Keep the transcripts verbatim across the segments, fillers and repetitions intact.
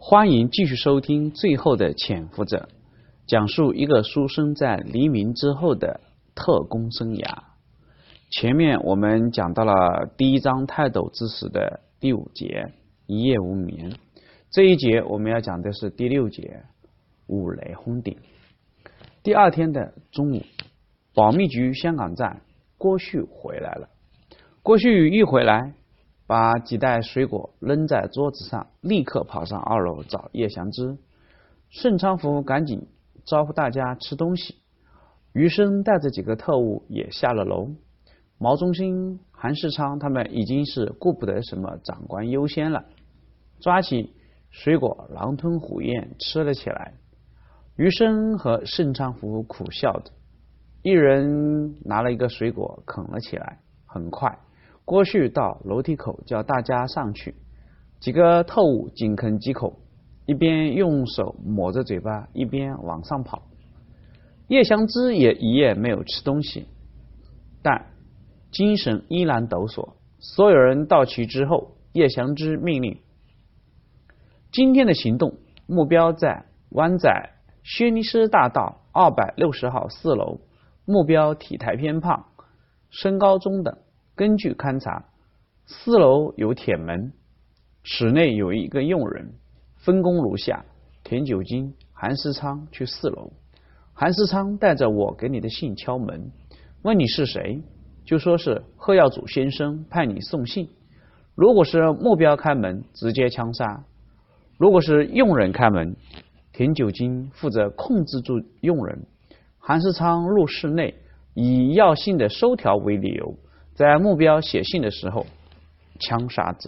欢迎继续收听《最后的潜伏者》，讲述一个书生在黎明之后的特工生涯。前面我们讲到了第一章泰斗之死的第五节一夜无眠，这一节我们要讲的是第六节五雷轰顶。第二天的中午，保密局香港站，郭旭回来了。郭旭一回来，把几袋水果扔在桌子上，立刻跑上二楼找叶祥之。盛昌福赶紧招呼大家吃东西，余生带着几个特务也下了楼。毛中心、韩世昌他们已经是顾不得什么长官优先了，抓起水果狼吞虎咽吃了起来。余生和盛昌福苦笑着，一人拿了一个水果啃了起来。很快郭旭到楼梯口叫大家上去，几个特务紧啃几口，一边用手抹着嘴巴，一边往上跑。叶祥之也一夜没有吃东西，但精神依然抖擞。所有人到齐之后，叶祥之命令：今天的行动目标在湾仔薛尼斯大道二百六十号四楼，目标体态偏胖，身高中等。根据勘查，四楼有铁门，室内有一个佣人，分工如下：田九金、韩世昌去四楼，韩世昌带着我给你的信敲门，问你是谁，就说是贺耀祖先生派你送信。如果是目标开门，直接枪杀；如果是佣人开门，田九金负责控制住佣人，韩世昌入室内，以要信的收条为理由，在目标写信的时候枪杀之。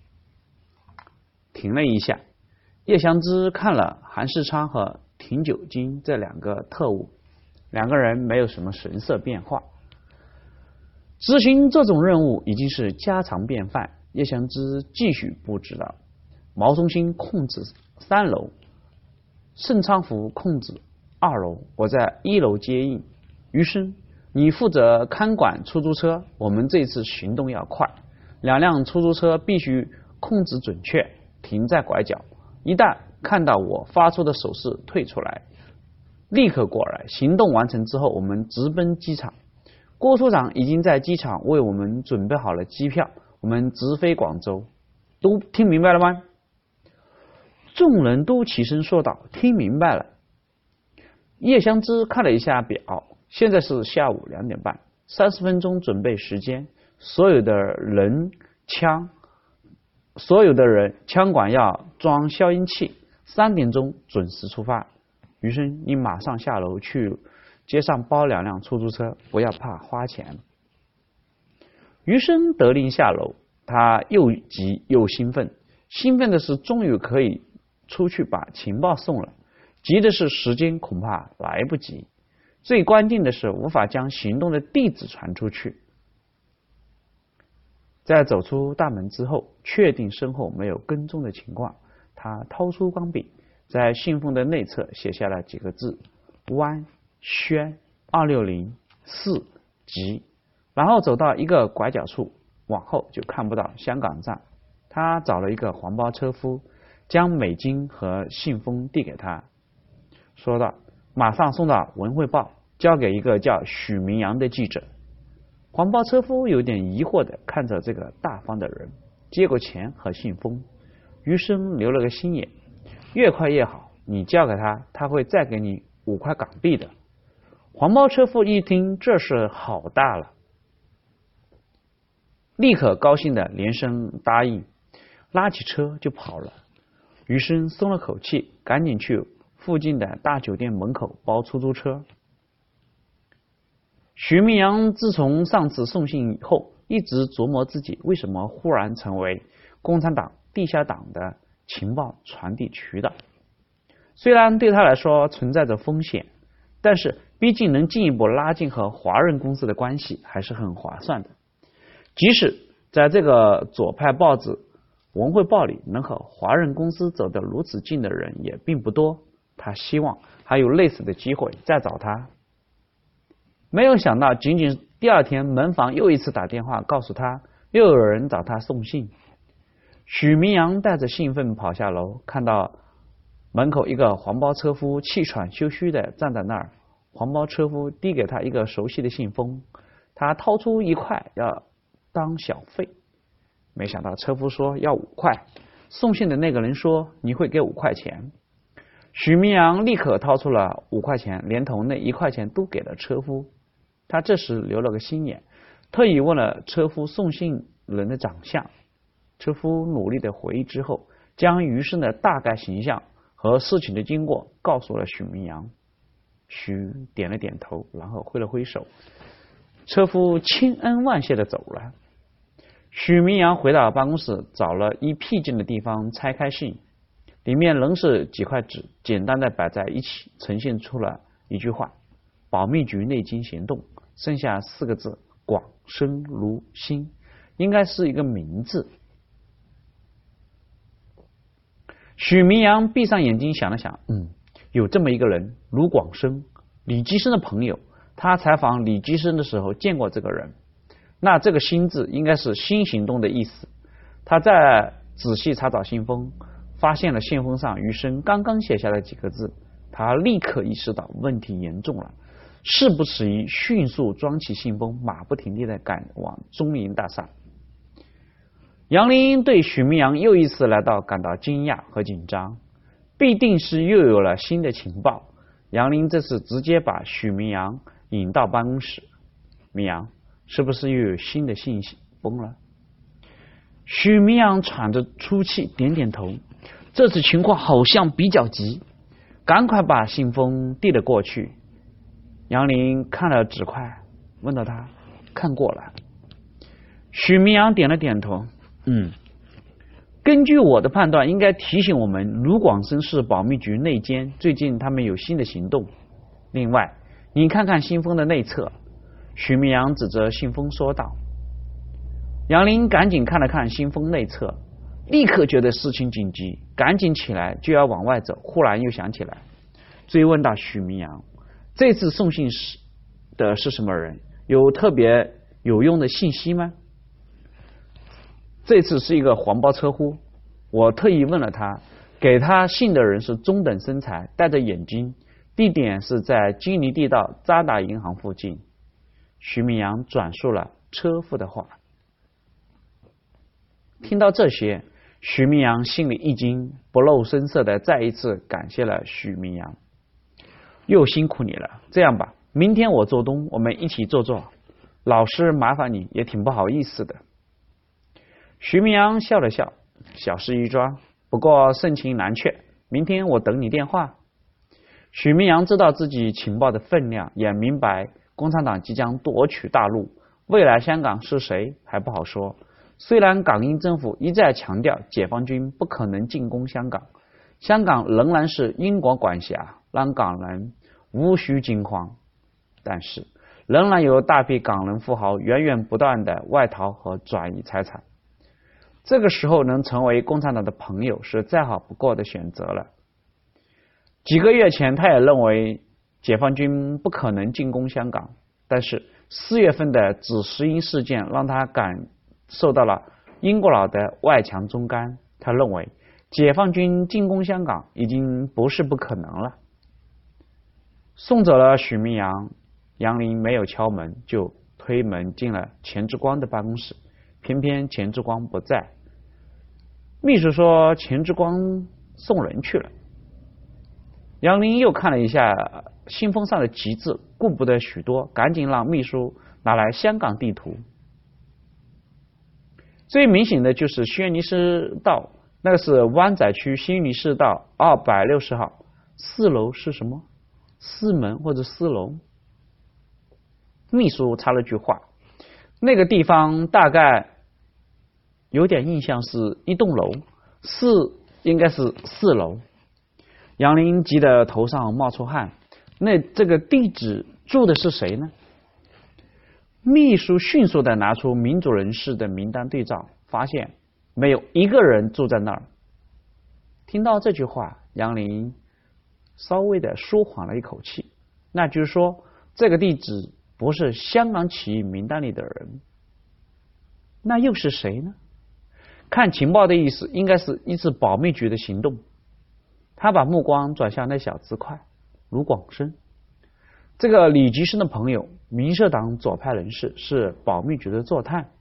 停了一下，叶祥之看了韩世昌和田九金这两个特务，两个人没有什么神色变化。执行这种任务已经是家常便饭。叶祥之继续布置了：毛中心控制三楼，盛昌福控制二楼，我在一楼接应。余生，你负责看管出租车，我们这次行动要快，两辆出租车必须控制准确，停在拐角，一旦看到我发出的手势退出来，立刻过来。行动完成之后，我们直奔机场。郭处长已经在机场为我们准备好了机票，我们直飞广州。都听明白了吗？众人都起身说道：听明白了。叶祥之看了一下表，现在是下午两点半，三十分钟准备时间。所有的人枪，所有的人枪管要装消音器，三点钟准时出发。余生，你马上下楼去街上包两辆出租车，不要怕花钱。余生得令下楼，他又急又兴奋。兴奋的是终于可以出去把情报送了，急的是时间恐怕来不及，最关键的是无法将行动的地址传出去。在走出大门之后，确定身后没有跟踪的情况，他掏出钢笔，在信封的内侧写下了几个字：湾轩二六零四级，然后走到一个拐角处，往后就看不到香港站。他找了一个黄包车夫，将美金和信封递给他，说道：马上送到文汇报，交给一个叫许明阳的记者。黄包车夫有点疑惑的看着这个大方的人，接过钱和信封。余生留了个心眼，越快越好，你交给他，他会再给你五块港币的。黄包车夫一听，这事好大了，立刻高兴的连声答应，拉起车就跑了。余生松了口气，赶紧去附近的大酒店门口包出租车。许明阳自从上次送信以后，一直琢磨自己为什么忽然成为共产党地下党的情报传递渠道。虽然对他来说存在着风险，但是毕竟能进一步拉近和华润公司的关系，还是很划算的。即使在这个左派报纸文汇报里，能和华润公司走得如此近的人也并不多。他希望还有类似的机会再找他。没有想到，仅仅第二天，门房又一次打电话告诉他，又有人找他送信。 许明阳带着兴奋跑下楼，看到门口一个黄包车夫气喘吁吁的站在那儿。黄包车夫递给他一个熟悉的信封，他掏出一块要当小费，没想到车夫说要五块，送信的那个人说你会给五块钱。许明阳立刻掏出了五块钱，连同那一块钱都给了车夫。他这时留了个心眼，特意问了车夫送信人的长相。车夫努力的回忆之后，将余生的大概形象和事情的经过告诉了许明阳。许点了点头，然后挥了挥手，车夫千恩万谢的走了。许明阳回到办公室，找了一僻静的地方拆开信，里面仍是几块纸，简单的摆在一起，呈现出了一句话：保密局内经行动，剩下四个字：广深如新，应该是一个名字。许明阳闭上眼睛想了想，嗯，有这么一个人，卢广生，李济深的朋友，他采访李济深的时候见过这个人，那这个新字应该是新行动的意思。他再仔细查找信封，发现了信封上余生刚刚写下的几个字，他立刻意识到问题严重了，事不迟疑，迅速装起信封，马不停蹄的赶往中银大厦。杨林对许明阳又一次来到感到惊讶和紧张，必定是又有了新的情报。杨林这次直接把许明阳引到办公室，明阳，是不是又有新的信息崩了？许明阳喘着粗气点点头，这次情况好像比较急，赶快把信封递了过去。杨林看了纸块，问到他看过了。许明阳点了点头，嗯，根据我的判断，应该提醒我们卢广生是保密局内奸，最近他们有新的行动。另外，你看看信封的内侧。许明阳指着信封说道。杨林赶紧看了看信封内侧，立刻觉得事情紧急，赶紧起来就要往外走，忽然又想起来，追问到许明阳，这次送信的是什么人？有特别有用的信息吗？这次是一个黄包车夫，我特意问了他，给他信的人是中等身材，戴着眼镜，地点是在金陵地道渣打银行附近。许明阳转述了车夫的话。听到这些，许明阳心里一惊，不露声色的再一次感谢了许明阳。又辛苦你了，这样吧，明天我做东，我们一起做做，老师麻烦你也挺不好意思的。许明阳笑了笑，小事一桩，不过盛情难却，明天我等你电话。许明阳知道自己情报的分量，也明白共产党即将夺取大陆，未来香港是谁还不好说。虽然港英政府一再强调解放军不可能进攻香港，香港仍然是英国管辖，让港人无需惊慌，但是仍然有大批港人富豪源源不断的外逃和转移财产。这个时候能成为共产党的朋友是再好不过的选择了。几个月前他也认为解放军不可能进攻香港，但是四月份的紫石英事件让他感受到了英国佬的外强中干，他认为解放军进攻香港已经不是不可能了。送走了许明阳，杨林没有敲门就推门进了钱之光的办公室，偏偏钱之光不在。秘书说钱之光送人去了。杨林又看了一下信封上的旗帜，顾不得许多，赶紧让秘书拿来香港地图。最明显的就是轩尼诗道，那个是湾仔区轩尼诗道二百六十号，四楼是什么？四门或者四楼？秘书插了句话，那个地方大概有点印象是一栋楼，四应该是四楼。杨林急得头上冒出汗，那这个地址住的是谁呢？秘书迅速的拿出民主人士的名单对照，发现没有一个人住在那儿。听到这句话，杨林稍微的舒缓了一口气，那就是说这个地址不是香港起义名单里的人，那又是谁呢？ 看情报的意思应该是一次保密局的行动。他把目光转向那小子块卢广生，这个李吉生的朋友，民社党左派人士，是保密局的坐探。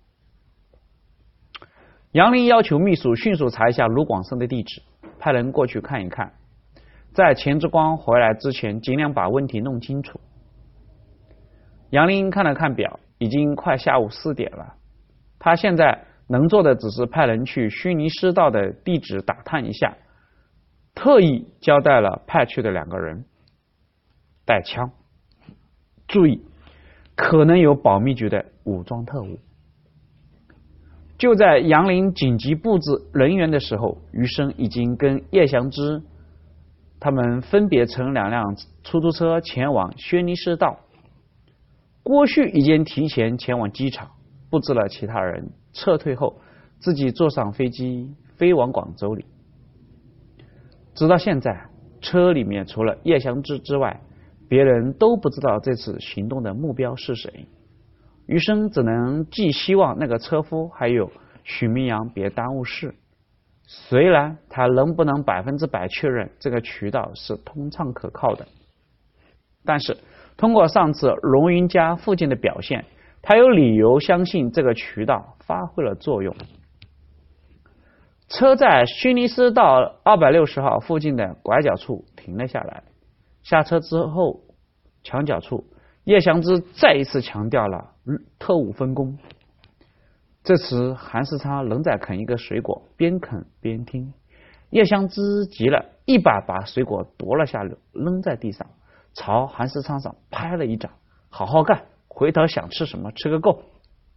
杨林要求秘书迅速查一下卢广生的地址，派人过去看一看，在钱之光回来之前尽量把问题弄清楚。杨林看了看表，已经快下午四点了，他现在能做的只是派人去虚尼师道的地址打探一下，特意交代了派去的两个人带枪，注意可能有保密局的武装特务。就在杨林紧急布置人员的时候，余生已经跟叶祥之他们分别乘两辆出租车前往轩尼诗道。郭旭已经提前前往机场，布置了其他人，撤退后自己坐上飞机飞往广州里。直到现在，车里面除了叶祥之之外，别人都不知道这次行动的目标是谁。余生只能寄希望那个车夫还有许明阳别耽误事，虽然他能不能百分之百确认这个渠道是通畅可靠的，但是通过上次龙云家附近的表现，他有理由相信这个渠道发挥了作用。车在虚尼斯道二百六十号附近的拐角处停了下来，下车之后，墙角处叶祥之再一次强调了特务分工。这时韩世昌仍在啃一个水果，边啃边听。叶祥之急了，一把把水果夺了下来，扔在地上，朝韩世昌上拍了一掌：好好干，回头想吃什么吃个够。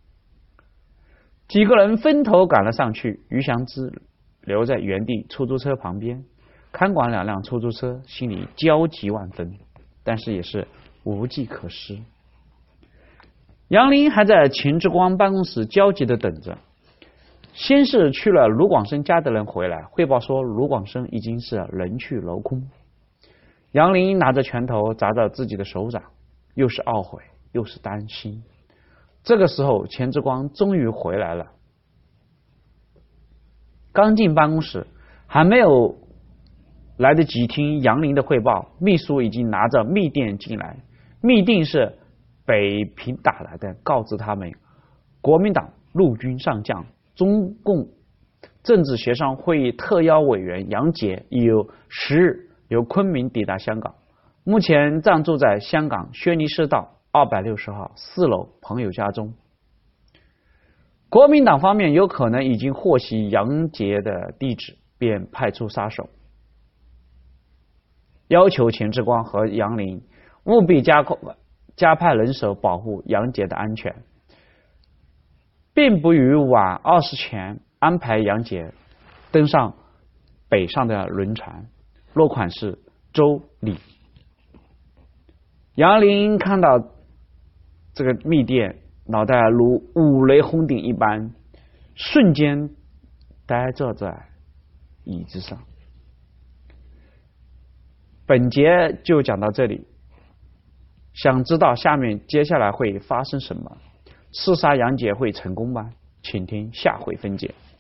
几个人分头赶了上去，余祥之留在原地出租车旁边看管两辆出租车，心里焦急万分，但是也是无计可施。杨林还在钱之光办公室焦急地等着。先是去了卢广生家的人回来汇报说，卢广生已经是人去楼空。杨林拿着拳头砸着自己的手掌，又是懊悔又是担心。这个时候钱之光终于回来了，刚进办公室还没有来得及听杨林的汇报，秘书已经拿着密电进来。密电是北平打来的，告知他们国民党陆军上将、中共政治协商会议特邀委员杨洁已有十日由昆明抵达香港，目前暂住在香港轩尼诗道二百六十号四楼朋友家中。国民党方面有可能已经获悉杨洁的地址，便派出杀手，要求钱之光和杨林务必加加派人手保护杨洁的安全，并不于晚二十前安排杨洁登上北上的轮船，落款是周礼。杨林看到这个密电，脑袋如五雷轰顶一般，瞬间呆坐在椅子上。本节就讲到这里，想知道下面接下来会发生什么？刺杀杨洁会成功吗？请听下回分解。